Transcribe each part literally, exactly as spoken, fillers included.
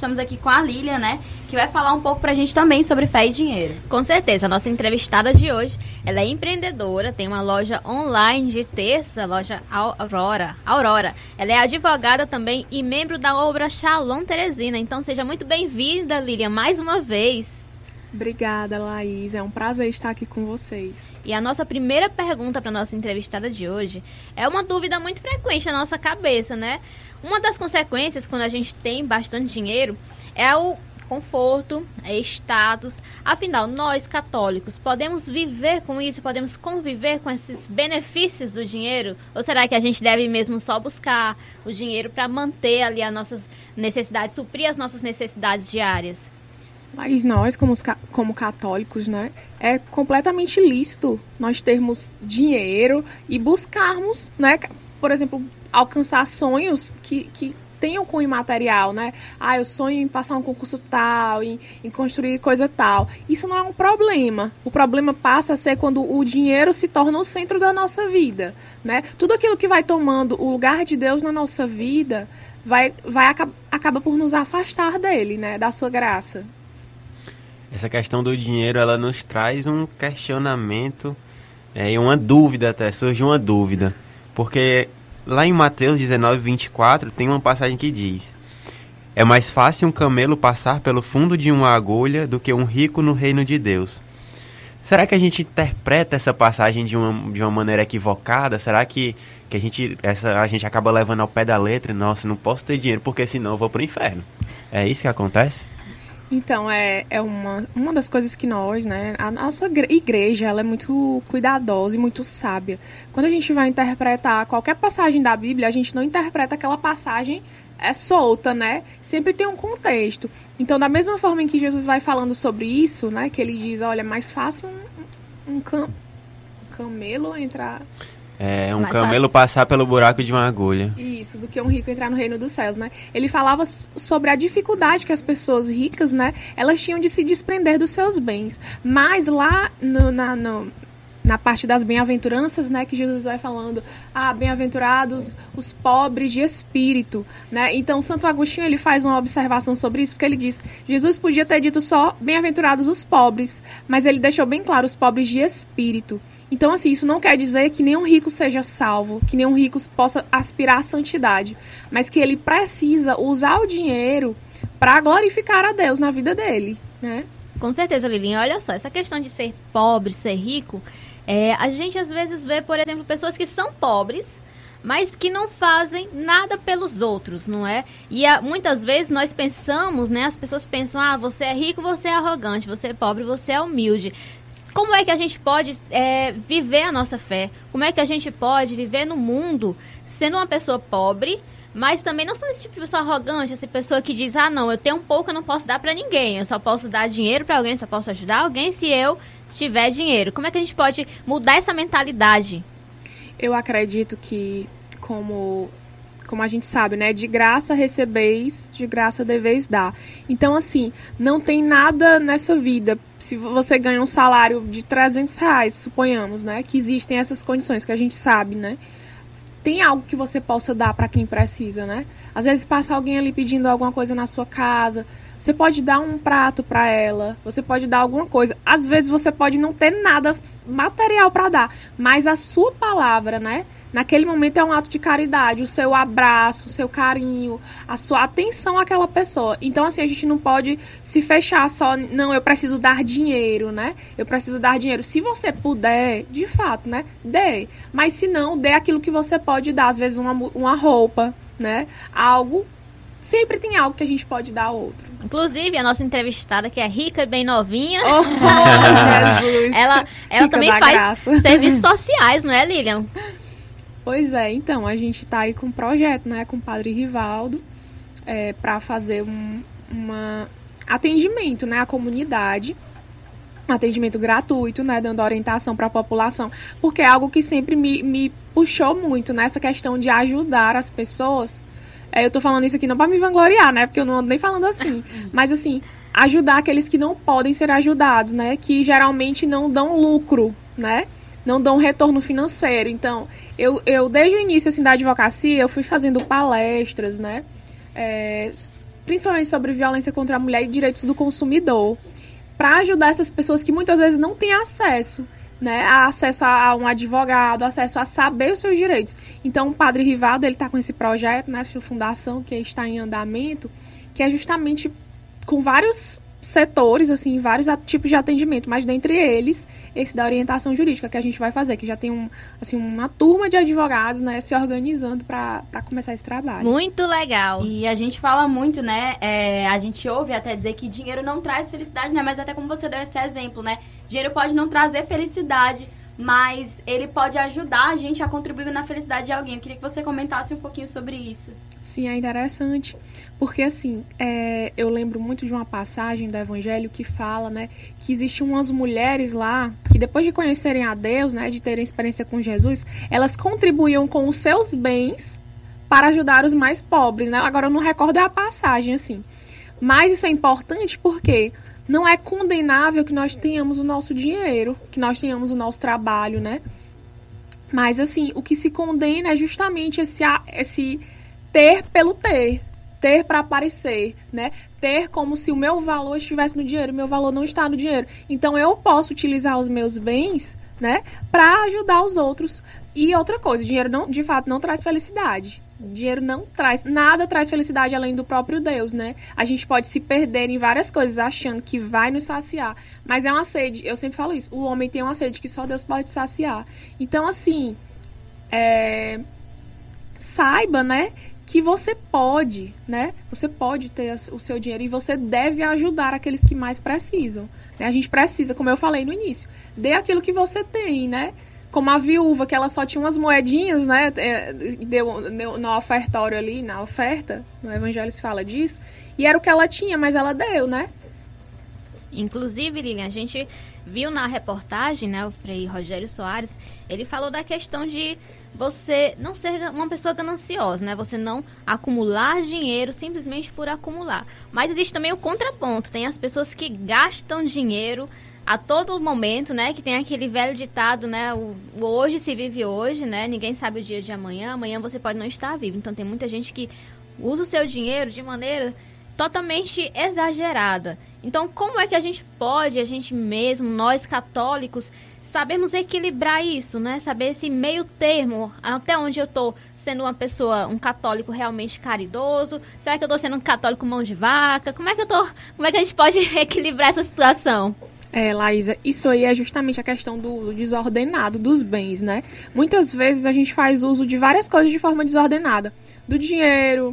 estamos aqui com a Lilian, né? Que vai falar um pouco pra gente também sobre fé e dinheiro. Com certeza, a nossa entrevistada de hoje, ela é empreendedora, tem uma loja online de terça, a loja Aurora. Aurora. Ela é advogada também e membro da obra Shalom Teresina. Então seja muito bem-vinda, Lilian, mais uma vez. Obrigada, Laís. É um prazer estar aqui com vocês. E a nossa primeira pergunta para nossa entrevistada de hoje é uma dúvida muito frequente na nossa cabeça, né? Uma das consequências quando a gente tem bastante dinheiro é o conforto, é status. Afinal, nós católicos podemos viver com isso, podemos conviver com esses benefícios do dinheiro? Ou será que a gente deve mesmo só buscar o dinheiro para manter ali as nossas necessidades, suprir as nossas necessidades diárias? Mas nós, como, como católicos, né, é completamente lícito nós termos dinheiro e buscarmos, né, por exemplo, alcançar sonhos que, que tenham cunho material, né? Ah, eu sonho em passar um concurso tal, em, em construir coisa tal. Isso não é um problema. O problema passa a ser quando o dinheiro se torna o centro da nossa vida, né? Tudo aquilo que vai tomando o lugar de Deus na nossa vida vai, vai acaba, acaba por nos afastar dele, né? Da sua graça. Essa questão do dinheiro, ela nos traz um questionamento é, e uma dúvida até, surge uma dúvida. Porque lá em Mateus dezenove, vinte e quatro, tem uma passagem que diz: é mais fácil um camelo passar pelo fundo de uma agulha do que um rico no reino de Deus. Será que a gente interpreta essa passagem de uma, de uma maneira equivocada? Será que, que a, gente, essa, a gente acaba levando ao pé da letra? Nossa, não posso ter dinheiro porque senão eu vou pro inferno. É isso que acontece? Então, é, é uma, uma das coisas que nós, né, a nossa igreja, ela é muito cuidadosa e muito sábia. Quando a gente vai interpretar qualquer passagem da Bíblia, a gente não interpreta aquela passagem é, solta, né? Sempre tem um contexto. Então, da mesma forma em que Jesus vai falando sobre isso, né, que ele diz, olha, é mais fácil um, um, cam, um camelo entrar... É, um Mas camelo fácil. passar pelo buraco de uma agulha. Isso, do que um rico entrar no reino dos céus, né? Ele falava sobre a dificuldade que as pessoas ricas, né? Elas tinham de se desprender dos seus bens. Mas lá no, na, no, na parte das bem-aventuranças, né? Que Jesus vai falando, ah, bem-aventurados os pobres de espírito, né? Então, Santo Agostinho, ele faz uma observação sobre isso, porque ele diz, Jesus podia ter dito só bem-aventurados os pobres, mas ele deixou bem claro, os pobres de espírito. Então, assim, isso não quer dizer que nenhum rico seja salvo, que nenhum rico possa aspirar à santidade, mas que ele precisa usar o dinheiro para glorificar a Deus na vida dele, né? Com certeza, Lilinha. Olha só, essa questão de ser pobre, ser rico, é, a gente às vezes vê, por exemplo, pessoas que são pobres, mas que não fazem nada pelos outros, não é? E a, muitas vezes nós pensamos, né? As pessoas pensam, ah, você é rico, você é arrogante, você é pobre, você é humilde. Como é que a gente pode é, viver a nossa fé? Como é que a gente pode viver no mundo sendo uma pessoa pobre, mas também não sendo esse tipo de pessoa arrogante, essa pessoa que diz, ah, não, eu tenho um pouco, eu não posso dar pra ninguém, eu só posso dar dinheiro pra alguém, só posso ajudar alguém se eu tiver dinheiro. Como é que a gente pode mudar essa mentalidade? Eu acredito que, como... como a gente sabe, né? De graça recebeis, de graça deveis dar. Então, assim, não tem nada nessa vida. Se você ganha um salário de trezentos reais, suponhamos, né? Que existem essas condições que a gente sabe, né? Tem algo que você possa dar para quem precisa, né? Às vezes passa alguém ali pedindo alguma coisa na sua casa. Você pode dar um prato para ela, você pode dar alguma coisa. Às vezes você pode não ter nada material para dar, mas a sua palavra, né? Naquele momento é um ato de caridade, o seu abraço, o seu carinho, a sua atenção àquela pessoa. Então, assim, a gente não pode se fechar só, não, eu preciso dar dinheiro, né? Eu preciso dar dinheiro. Se você puder, de fato, né? Dê. Mas se não, dê aquilo que você pode dar. Às vezes uma, uma roupa, né? Algo. Sempre tem algo que a gente pode dar ao outro. Inclusive, a nossa entrevistada, que é rica e bem novinha, oh, Jesus. ela, ela também faz graça. Serviços sociais, não é, Lilian? Pois é, então, a gente está aí com um projeto, né, com o Padre Rivaldo, é, para fazer um uma atendimento, né, à comunidade, um atendimento gratuito, né, dando orientação para a população, porque é algo que sempre me, me puxou muito, né, essa questão de ajudar as pessoas. É, eu tô falando isso aqui não para me vangloriar, né, porque eu não ando nem falando assim, mas assim, ajudar aqueles que não podem ser ajudados, né, que geralmente não dão lucro, né, não dão retorno financeiro. Então, eu, eu desde o início assim, da advocacia, eu fui fazendo palestras, né, é, principalmente sobre violência contra a mulher e direitos do consumidor, para ajudar essas pessoas que muitas vezes não têm acesso, né, a acesso a um advogado, acesso a saber os seus direitos. Então, o Padre Rivaldo, ele está com esse projeto, né, essa fundação que está em andamento, que é justamente com vários setores, assim, vários tipos de atendimento, mas dentre eles, esse da orientação jurídica que a gente vai fazer, que já tem um, assim, uma turma de advogados, né, se organizando para começar esse trabalho. Muito legal. E a gente fala muito, né, é, a gente ouve até dizer que dinheiro não traz felicidade, né, mas até como você deu esse exemplo, né, dinheiro pode não trazer felicidade, mas ele pode ajudar a gente a contribuir na felicidade de alguém. Eu queria que você comentasse um pouquinho sobre isso. Sim, é interessante, porque assim, é, eu lembro muito de uma passagem do Evangelho que fala, né, que existiam umas mulheres lá, que depois de conhecerem a Deus, né, de terem experiência com Jesus, elas contribuíam com os seus bens para ajudar os mais pobres, né? Agora eu não recordo a passagem, assim, mas isso é importante porque não é condenável que nós tenhamos o nosso dinheiro, que nós tenhamos o nosso trabalho, né? Mas, assim, o que se condena é justamente esse, esse ter pelo ter, ter para aparecer, né? Ter como se o meu valor estivesse no dinheiro, o meu valor não está no dinheiro. Então, eu posso utilizar os meus bens, né, para ajudar os outros. E outra coisa, dinheiro, não, de fato, não traz felicidade. Dinheiro não traz, nada traz felicidade além do próprio Deus, né? A gente pode se perder em várias coisas achando que vai nos saciar, mas é uma sede, eu sempre falo isso, o homem tem uma sede que só Deus pode saciar. Então, assim, é, saiba, né, que você pode, né? Você pode ter o seu dinheiro e você deve ajudar aqueles que mais precisam, né? A gente precisa, como eu falei no início, dê aquilo que você tem, né? Como a viúva, que ela só tinha umas moedinhas, né? Deu, deu no ofertório ali, na oferta, no Evangelho se fala disso. E era o que ela tinha, mas ela deu, né? Inclusive, Lilian, a gente viu na reportagem, né? O Frei Rogério Soares, ele falou da questão de você não ser uma pessoa gananciosa, né? Você não acumular dinheiro simplesmente por acumular. Mas existe também o contraponto. Tem as pessoas que gastam dinheiro a todo momento, né, que tem aquele velho ditado, né, o, o hoje se vive hoje, né, ninguém sabe o dia de amanhã, amanhã você pode não estar vivo. Então tem muita gente que usa o seu dinheiro de maneira totalmente exagerada. Então como é que a gente pode, a gente mesmo, nós católicos, sabemos equilibrar isso, né, saber esse meio termo, até onde eu tô sendo uma pessoa, um católico realmente caridoso? Será que eu tô sendo um católico mão de vaca? Como é que eu tô, como é que a gente pode equilibrar essa situação? É, Laísa, isso aí é justamente a questão do desordenado dos bens, né? Muitas vezes a gente faz uso de várias coisas de forma desordenada. Do dinheiro,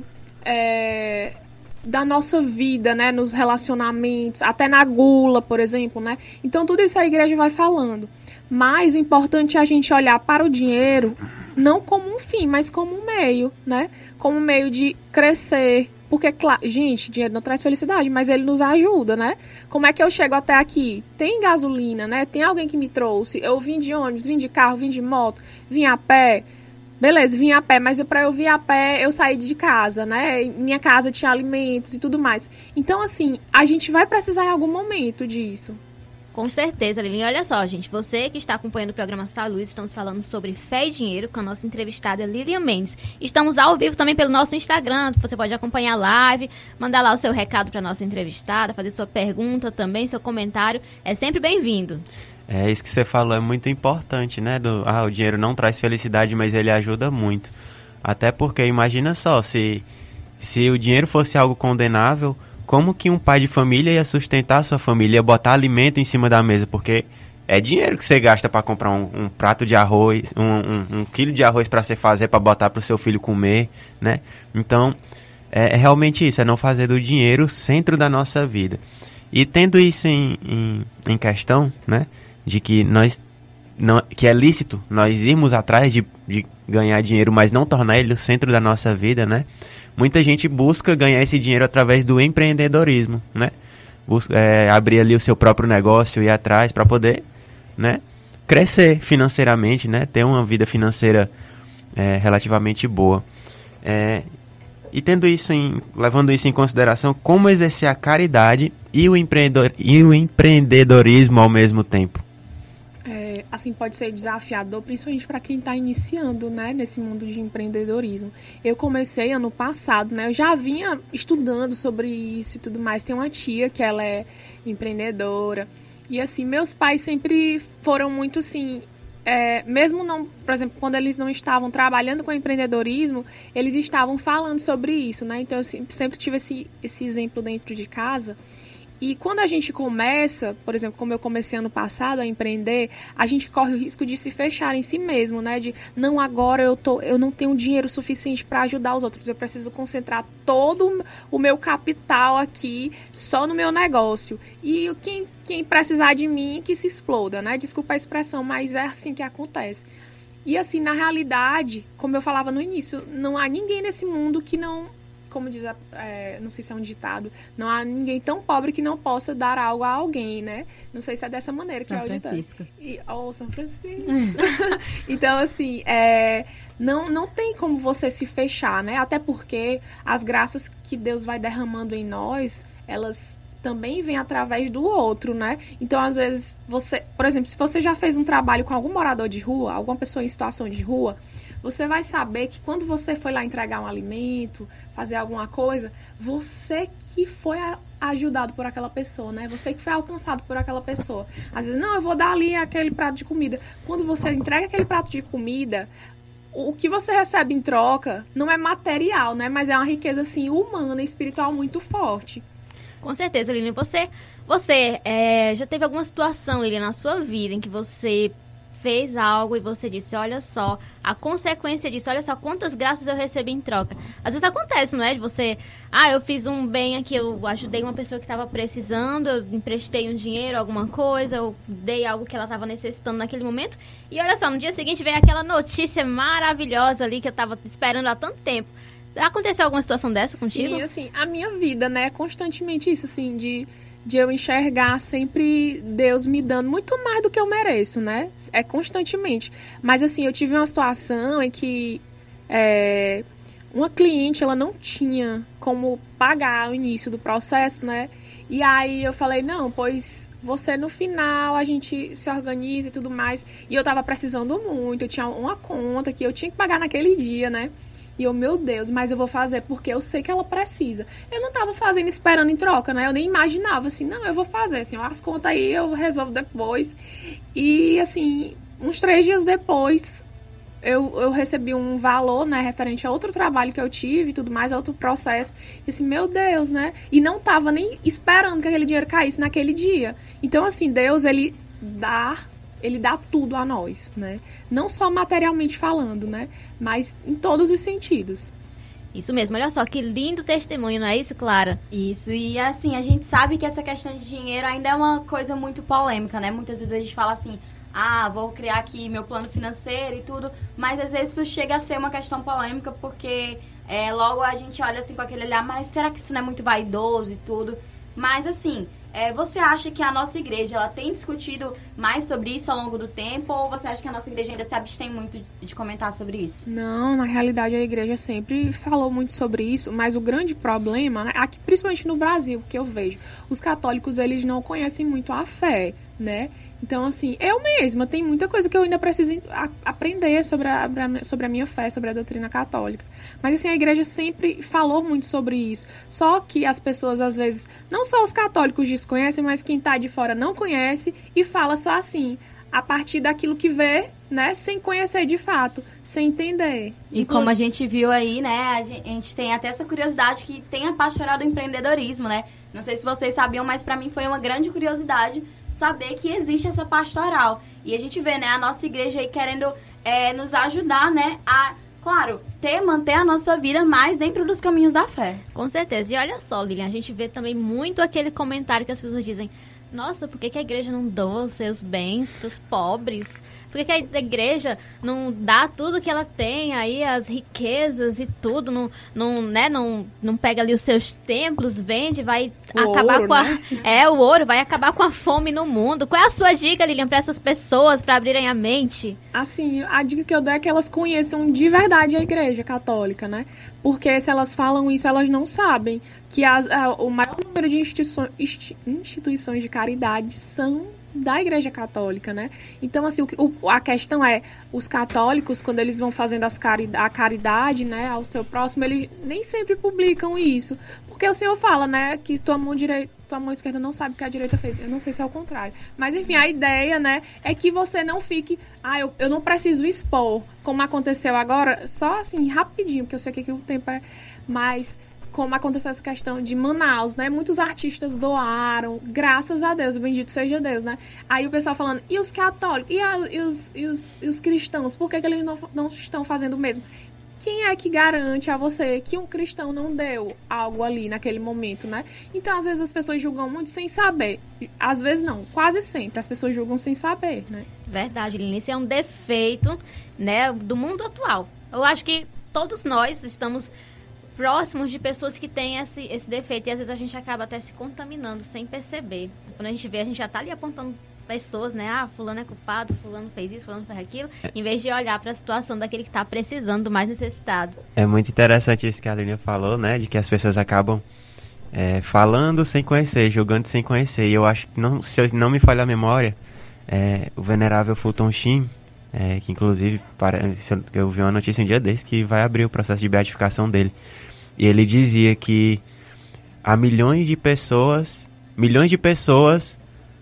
é, da nossa vida, né? Nos relacionamentos, até na gula, por exemplo, né? Então, tudo isso a igreja vai falando. Mas o importante é a gente olhar para o dinheiro não como um fim, mas como um meio, né? Como um meio de crescer. Porque, claro, gente, dinheiro não traz felicidade, mas ele nos ajuda, né? Como é que eu chego até aqui? Tem gasolina, né? Tem alguém que me trouxe. Eu vim de ônibus, vim de carro, vim de moto, vim a pé. Beleza, vim a pé, mas para eu vir a pé, eu saí de casa, né? Minha casa tinha alimentos e tudo mais. Então, assim, a gente vai precisar em algum momento disso. Com certeza, Lilian. Olha só, gente, você que está acompanhando o programa Sal Luz, estamos falando sobre fé e dinheiro com a nossa entrevistada Lilian Mendes. Estamos ao vivo também pelo nosso Instagram, você pode acompanhar a live, mandar lá o seu recado para a nossa entrevistada, fazer sua pergunta também, seu comentário, é sempre bem-vindo. É, isso que você falou é muito importante, né? Do, ah, o dinheiro não traz felicidade, mas ele ajuda muito. Até porque, imagina só, se, se o dinheiro fosse algo condenável, como que um pai de família ia sustentar a sua família, ia botar alimento em cima da mesa? Porque é dinheiro que você gasta para comprar um, um prato de arroz, um, um, um quilo de arroz para você fazer, para botar para o seu filho comer, né? Então, é, é realmente isso, é não fazer do dinheiro o centro da nossa vida. E tendo isso em, em, em questão, né? De que, nós, não, que é lícito nós irmos atrás de, de ganhar dinheiro, mas não tornar ele o centro da nossa vida, né? Muita gente busca ganhar esse dinheiro através do empreendedorismo, né? Busca, é, abrir ali o seu próprio negócio, ir atrás para poder, né, crescer financeiramente, né? Ter uma vida financeira é, relativamente boa. É, e tendo isso em, levando isso em consideração, como exercer a caridade e o, empreendedor, e o empreendedorismo ao mesmo tempo? É, assim, pode ser desafiador, principalmente para quem está iniciando, né, nesse mundo de empreendedorismo. Eu comecei ano passado, né, eu já vinha estudando sobre isso e tudo mais. Tem uma tia que ela é empreendedora. E, assim, meus pais sempre foram muito, assim... É, mesmo não, por exemplo, quando eles não estavam trabalhando com empreendedorismo, eles estavam falando sobre isso, né? Então, eu sempre tive esse, esse exemplo dentro de casa. E quando a gente começa, por exemplo, como eu comecei ano passado a empreender, a gente corre o risco de se fechar em si mesmo, né? De, não, agora eu, tô, eu não tenho dinheiro suficiente para ajudar os outros, eu preciso concentrar todo o meu capital aqui só no meu negócio. E quem, quem precisar de mim, que se exploda, né? Desculpa a expressão, mas é assim que acontece. E assim, na realidade, como eu falava no início, não há ninguém nesse mundo que não... Como diz, é, não sei se é um ditado, não há ninguém tão pobre que não possa dar algo a alguém, né? Não sei se é dessa maneira que São é o ditado. Francisco. E, oh, São Francisco. Então, assim, é, não, não tem como você se fechar, né? Até porque as graças que Deus vai derramando em nós, elas também vêm através do outro, né? Então, às vezes, você... Por exemplo, se você já fez um trabalho com algum morador de rua, alguma pessoa em situação de rua... Você vai saber que quando você foi lá entregar um alimento, fazer alguma coisa, você que foi ajudado por aquela pessoa, né? Você que foi alcançado por aquela pessoa. Às vezes, não, eu vou dar ali aquele prato de comida. Quando você entrega aquele prato de comida, o que você recebe em troca não é material, né? Mas é uma riqueza, assim, humana e espiritual muito forte. Com certeza, Lilian. Você, você é, já teve alguma situação, Lilian, na sua vida em que você... fez algo e você disse, olha só, a consequência disso, olha só quantas graças eu recebi em troca. Às vezes acontece, não é? De você, ah, eu fiz um bem aqui, eu ajudei uma pessoa que estava precisando, eu emprestei um dinheiro, alguma coisa, eu dei algo que ela estava necessitando naquele momento. E olha só, no dia seguinte veio aquela notícia maravilhosa ali que eu estava esperando há tanto tempo. Aconteceu alguma situação dessa contigo? Sim, assim, a minha vida, né, é constantemente isso, assim, de... de eu enxergar sempre Deus me dando muito mais do que eu mereço, né? É constantemente. Mas, assim, eu tive uma situação em que é, uma cliente, ela não tinha como pagar o início do processo, né? E aí eu falei, não, pois você no final, a gente se organiza e tudo mais. E eu tava precisando muito, eu tinha uma conta que eu tinha que pagar naquele dia, né? E eu, meu Deus, mas eu vou fazer porque eu sei que ela precisa. Eu não tava fazendo esperando em troca, né? Eu nem imaginava, assim, não, eu vou fazer, assim, as contas aí eu resolvo depois. E, assim, uns três dias depois, eu, eu recebi um valor, né, referente a outro trabalho que eu tive e tudo mais, a outro processo. E, assim, meu Deus, né? E não tava nem esperando que aquele dinheiro caísse naquele dia. Então, assim, Deus, ele dá... ele dá tudo a nós, né? Não só materialmente falando, né? Mas em todos os sentidos. Isso mesmo, olha só, que lindo testemunho, não é isso, Clara? Isso, e assim, a gente sabe que essa questão de dinheiro ainda é uma coisa muito polêmica, né? Muitas vezes a gente fala assim, ah, vou criar aqui meu plano financeiro e tudo, mas às vezes isso chega a ser uma questão polêmica porque é, logo a gente olha assim com aquele olhar, mas será que isso não é muito vaidoso e tudo? Mas assim... É, você acha que a nossa igreja ela tem discutido mais sobre isso ao longo do tempo ou você acha que a nossa igreja ainda se abstém muito de comentar sobre isso? Não, na realidade a igreja sempre falou muito sobre isso, mas o grande problema, né, aqui, principalmente no Brasil, que eu vejo, os católicos eles não conhecem muito a fé, né? Então, assim, eu mesma, tem muita coisa que eu ainda preciso a, aprender sobre a, sobre a minha fé, sobre a doutrina católica. Mas, assim, a igreja sempre falou muito sobre isso. Só que as pessoas, às vezes, não só os católicos desconhecem, mas quem tá de fora não conhece e fala só assim, a partir daquilo que vê, né, sem conhecer de fato, sem entender. E como a gente viu aí, né, a gente tem até essa curiosidade que tem a pastoral do empreendedorismo, né? Não sei se vocês sabiam, mas pra mim foi uma grande curiosidade saber que existe essa pastoral. E a gente vê, né, a nossa igreja aí querendo é, nos ajudar, né, a, claro, ter, manter a nossa vida mais dentro dos caminhos da fé. Com certeza. E olha só, Lilian, a gente vê também muito aquele comentário que as pessoas dizem, nossa, por que, que a igreja não doa os seus bens para os pobres? Por que, que a igreja não dá tudo que ela tem aí, as riquezas e tudo, não, não, né, não, não pega ali os seus templos, vende, vai o acabar ouro, com a... né? É, o ouro, vai acabar com a fome no mundo. Qual é a sua dica, Lilian, para essas pessoas, para abrirem a mente? Assim, a dica que eu dou é que elas conheçam de verdade a igreja católica, né? Porque se elas falam isso, elas não sabem que as, a, o maior número de instituições, instituições de caridade são da Igreja Católica, né? Então, assim, o, o, a questão é, os católicos, quando eles vão fazendo as cari- a caridade, né, ao seu próximo, eles nem sempre publicam isso. Porque o Senhor fala, né, que tua mão direita, tua mão esquerda não sabe o que a direita fez. Eu não sei se é o contrário. Mas, enfim, a ideia, né, é que você não fique... Ah, eu, eu não preciso expor, como aconteceu agora, só assim, rapidinho, porque eu sei que aqui o tempo é mais... Como aconteceu essa questão de Manaus, né? Muitos artistas doaram, graças a Deus, bendito seja Deus, né? Aí o pessoal falando, e os católicos? E, a, e, os, e, os, e os cristãos? Por que, que eles não, não estão fazendo o mesmo? Quem é que garante a você que um cristão não deu algo ali naquele momento, né? Então, às vezes, as pessoas julgam muito sem saber. Às vezes, não. Quase sempre as pessoas julgam sem saber, né? Verdade, Lilian. Isso é um defeito, né, do mundo atual. Eu acho que todos nós estamos próximos de pessoas que têm esse, esse defeito. E, às vezes, a gente acaba até se contaminando sem perceber. Quando a gente vê, a gente já tá ali apontando pessoas, né? Ah, fulano é culpado, fulano fez isso, fulano fez aquilo, em vez de olhar para a situação daquele que está precisando, do mais necessitado. É muito interessante isso que a Lilian falou, né? De que as pessoas acabam é, falando sem conhecer, julgando sem conhecer. E eu acho que, não, se eu não me falha a memória, é, o venerável Fulton Sheen, é, que inclusive, para, eu vi uma notícia um dia desse, que vai abrir o processo de beatificação dele. E ele dizia que há milhões de pessoas, milhões de pessoas...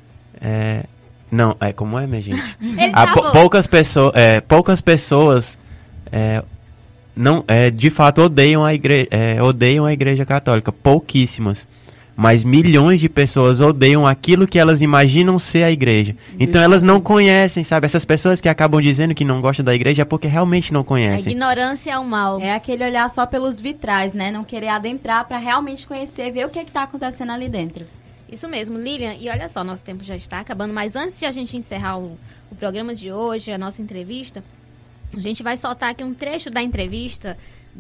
É, não, é como é, minha gente? Há pou- poucas, pessoa, é, poucas pessoas é, não, é, de fato odeiam a, igre- é, odeiam a Igreja Católica. Pouquíssimas. Mas milhões de pessoas odeiam aquilo que elas imaginam ser a igreja. Então elas não conhecem, sabe? Essas pessoas que acabam dizendo que não gostam da igreja é porque realmente não conhecem. A ignorância é o mal. É aquele olhar só pelos vitrais, né? Não querer adentrar para realmente conhecer, ver o que é que tá acontecendo ali dentro. Isso mesmo, Lilian. E olha só, nosso tempo já está acabando, mas antes de a gente encerrar o, o programa de hoje, a nossa entrevista, a gente vai soltar aqui um trecho da entrevista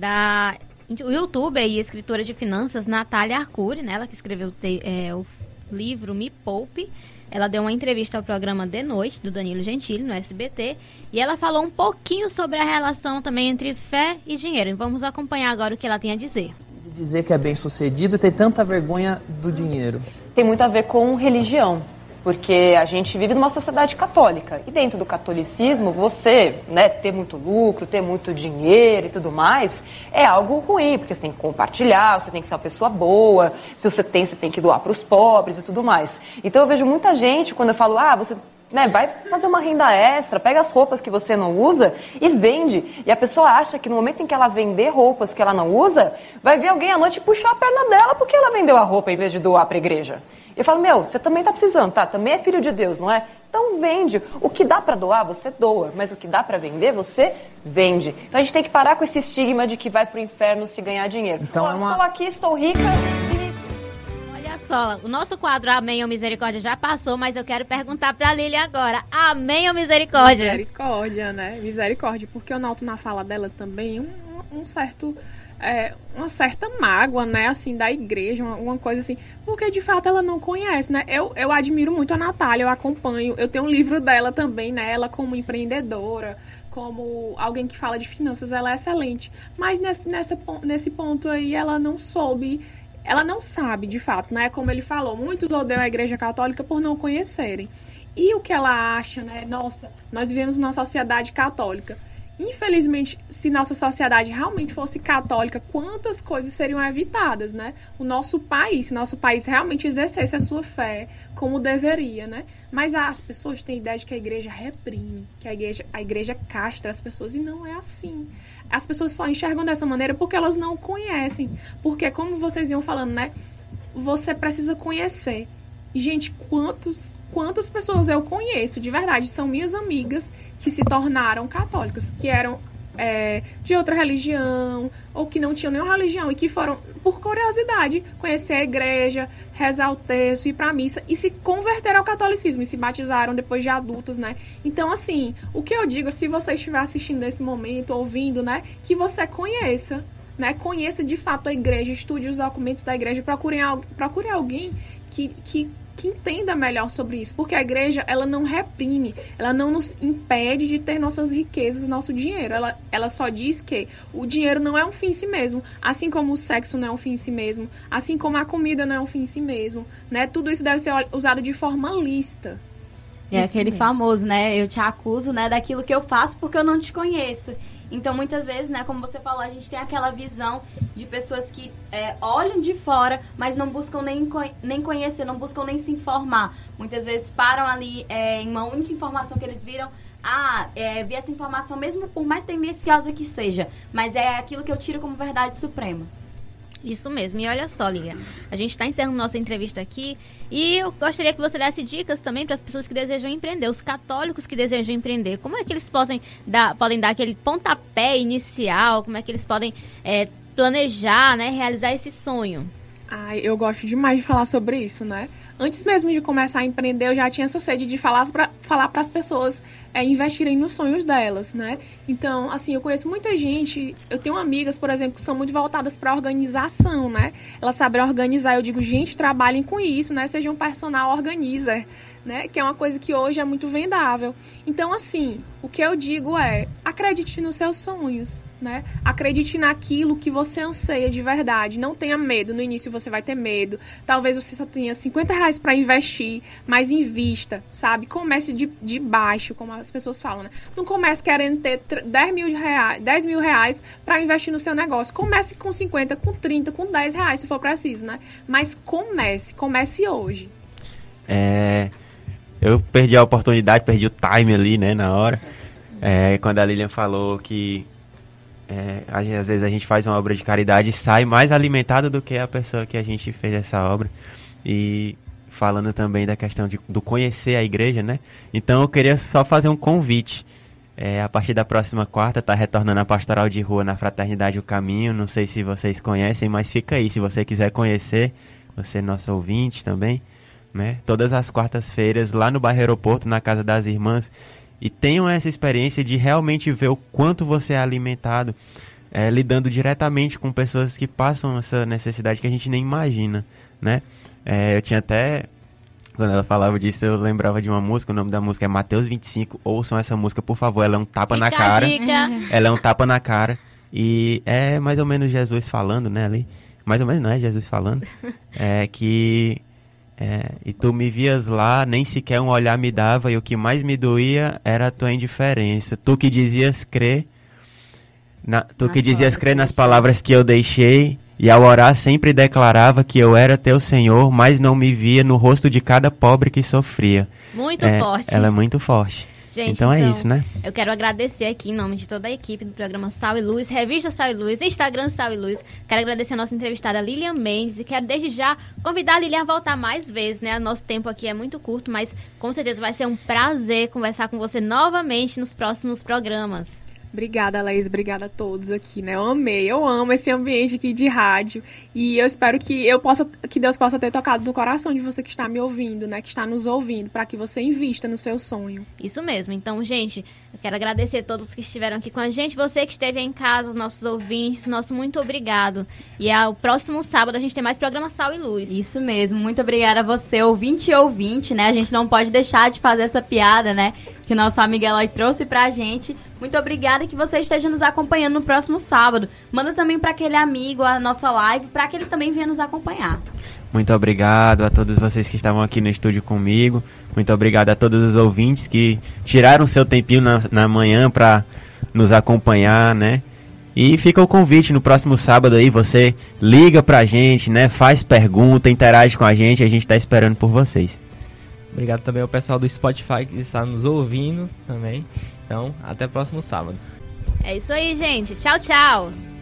da youtuber e escritora de finanças Natália Arcuri, né? Ela que escreveu te, é, o livro Me Poupe. Ela deu uma entrevista ao programa De Noite, do Danilo Gentili, no S B T, e ela falou um pouquinho sobre a relação também entre fé e dinheiro. E vamos acompanhar agora o que ela tem a dizer. Dizer que é bem sucedido e ter tanta vergonha do dinheiro. Tem muito a ver com religião, porque a gente vive numa sociedade católica. E dentro do catolicismo, você, né, ter muito lucro, ter muito dinheiro e tudo mais, é algo ruim, porque você tem que compartilhar, você tem que ser uma pessoa boa, se você tem, você tem que doar para os pobres e tudo mais. Então eu vejo muita gente, quando eu falo, ah, você... Né, vai fazer uma renda extra, pega as roupas que você não usa e vende. E a pessoa acha que no momento em que ela vender roupas que ela não usa, vai vir alguém à noite puxar a perna dela porque ela vendeu a roupa em vez de doar para a igreja. E eu falo, meu, você também está precisando, tá? Também é filho de Deus, não é? Então vende. O que dá para doar, você doa. Mas o que dá para vender, você vende. Então a gente tem que parar com esse estigma de que vai pro inferno se ganhar dinheiro. Então, oh, é uma... estou aqui, estou rica e... Olha só, o nosso quadro Amém ou Misericórdia já passou, mas eu quero perguntar pra Lili agora. Amém ou misericórdia? Misericórdia, né? Misericórdia, porque eu noto na fala dela também um, um certo... É, uma certa mágoa, né, assim, da igreja, uma, uma coisa assim, porque de fato ela não conhece, né, eu, eu admiro muito a Natália, eu acompanho, eu tenho um livro dela também, né, ela como empreendedora, como alguém que fala de finanças, ela é excelente, mas nesse, nessa, nesse ponto aí ela não soube, ela não sabe de fato, né, como ele falou, muitos odeiam a Igreja Católica por não conhecerem, e o que ela acha, né, nossa, nós vivemos numa sociedade católica. Infelizmente, se nossa sociedade realmente fosse católica, quantas coisas seriam evitadas, né? O nosso país, se o nosso país realmente exercesse a sua fé como deveria, né? Mas as pessoas têm a ideia de que a igreja reprime, que a igreja, a igreja castra as pessoas, e não é assim. As pessoas só enxergam dessa maneira porque elas não conhecem. Porque, como vocês iam falando, né? Você precisa conhecer. E, gente, quantos, quantas pessoas eu conheço, de verdade, são minhas amigas que se tornaram católicas, que eram é, de outra religião, ou que não tinham nenhuma religião, e que foram, por curiosidade, conhecer a igreja, rezar o terço, ir pra missa, e se converteram ao catolicismo, e se batizaram depois de adultos, né? Então, assim, o que eu digo, se você estiver assistindo nesse momento, ouvindo, né, que você conheça, né, conheça de fato a igreja, estude os documentos da igreja, procure, procure alguém que... que que entenda melhor sobre isso, porque a igreja, ela não reprime, ela não nos impede de ter nossas riquezas, nosso dinheiro, ela, ela só diz que o dinheiro não é um fim em si mesmo, assim como o sexo não é um fim em si mesmo, assim como a comida não é um fim em si mesmo, né? Tudo isso deve ser usado de forma lícita, É Isso aquele mesmo. famoso, né? Eu te acuso, né, daquilo que eu faço porque eu não te conheço. Então, muitas vezes, né, como você falou, a gente tem aquela visão de pessoas que é, olham de fora, mas não buscam nem, co- nem conhecer, não buscam nem se informar. Muitas vezes param ali é, em uma única informação que eles viram. Ah, é, vi essa informação, mesmo por mais tendenciosa que seja, mas é aquilo que eu tiro como verdade suprema. Isso mesmo. E olha só, Lilian, a gente está encerrando nossa entrevista aqui e eu gostaria que você desse dicas também para as pessoas que desejam empreender, os católicos que desejam empreender. Como é que eles podem dar, podem dar aquele pontapé inicial? Como é que eles podem é, planejar, né, realizar esse sonho? Ai, eu gosto demais de falar sobre isso, né? Antes mesmo de começar a empreender, eu já tinha essa sede de falar para falar as pessoas é, investirem nos sonhos delas, né? Então, assim, eu conheço muita gente, eu tenho amigas, por exemplo, que são muito voltadas para organização, né? Elas sabem organizar, eu digo, gente, trabalhem com isso, né? Sejam um personal organizer, né? Que é uma coisa que hoje é muito vendável. Então, assim, o que eu digo é, acredite nos seus sonhos, né? Acredite naquilo que você anseia de verdade. Não tenha medo. No início você vai ter medo. Talvez você só tenha cinquenta reais para investir, mas invista, sabe? Comece de, de baixo, como as pessoas falam, né? Não comece querendo ter dez mil reais, dez mil reais para investir no seu negócio. Comece com cinquenta, com trinta, com dez reais, se for preciso, né? Mas comece. Comece hoje. É, eu perdi a oportunidade, perdi o time ali, né, na hora. É, quando a Lilian falou que é, às vezes a gente faz uma obra de caridade e sai mais alimentado do que a pessoa que a gente fez essa obra. E falando também da questão de, do conhecer a igreja, né? Então eu queria só fazer um convite. É, a partir da próxima quarta está retornando a pastoral de rua na Fraternidade O Caminho. Não sei se vocês conhecem, mas fica aí. Se você quiser conhecer, você é nosso ouvinte também, né? Todas as quartas-feiras lá no bairro Aeroporto, na Casa das Irmãs. E tenham essa experiência de realmente ver o quanto você é alimentado, é, lidando diretamente com pessoas que passam essa necessidade que a gente nem imagina, né? É, eu tinha até, quando ela falava disso, eu lembrava de uma música, o nome da música é Mateus vinte e cinco, ouçam essa música, por favor, ela é um tapa Fica na cara. a dica. Ela é um tapa na cara e é mais ou menos Jesus falando, né, ali. Mais ou menos não é Jesus falando, é que... É, e tu me vias lá, nem sequer um olhar me dava, e o que mais me doía era a tua indiferença. Tu que dizias crer, na, tu Nas que dizias palavras crer que nas deixei. palavras que eu deixei, e ao orar sempre declarava que eu era teu Senhor, mas não me via no rosto de cada pobre que sofria. Muito É, forte. ela é muito forte. Gente, então, é isso, né? Eu quero agradecer aqui em nome de toda a equipe do programa Sal e Luz, Revista Sal e Luz, Instagram Sal e Luz. Quero agradecer a nossa entrevistada Lilian Mendes e quero desde já convidar a Lilian a voltar mais vezes, né? O nosso tempo aqui é muito curto, mas com certeza vai ser um prazer conversar com você novamente nos próximos programas. Obrigada, Laís. Obrigada a todos aqui, né? Eu amei, eu amo esse ambiente aqui de rádio. E eu espero que eu possa, que Deus possa ter tocado no coração de você que está me ouvindo, né? Que está nos ouvindo, para que você invista no seu sonho. Isso mesmo. Então, gente, eu quero agradecer a todos que estiveram aqui com a gente. Você que esteve aí em casa, os nossos ouvintes, nosso muito obrigado. E ao próximo sábado a gente tem mais programa Sal e Luz. Isso mesmo, muito obrigada a você, ouvinte e ouvinte, né? A gente não pode deixar de fazer essa piada, né? Que o nosso amigo Eloy trouxe pra gente. Muito obrigada que você esteja nos acompanhando no próximo sábado. Manda também pra aquele amigo a nossa live, pra que ele também venha nos acompanhar. Muito obrigado a todos vocês que estavam aqui no estúdio comigo. Muito obrigado a todos os ouvintes que tiraram seu tempinho na, na manhã para nos acompanhar, né? E fica o convite no próximo sábado aí, você liga pra gente, né? Faz pergunta, interage com a gente, a gente tá esperando por vocês. Obrigado também ao pessoal do Spotify que está nos ouvindo também. Então, até o próximo sábado. É isso aí, gente. Tchau, tchau.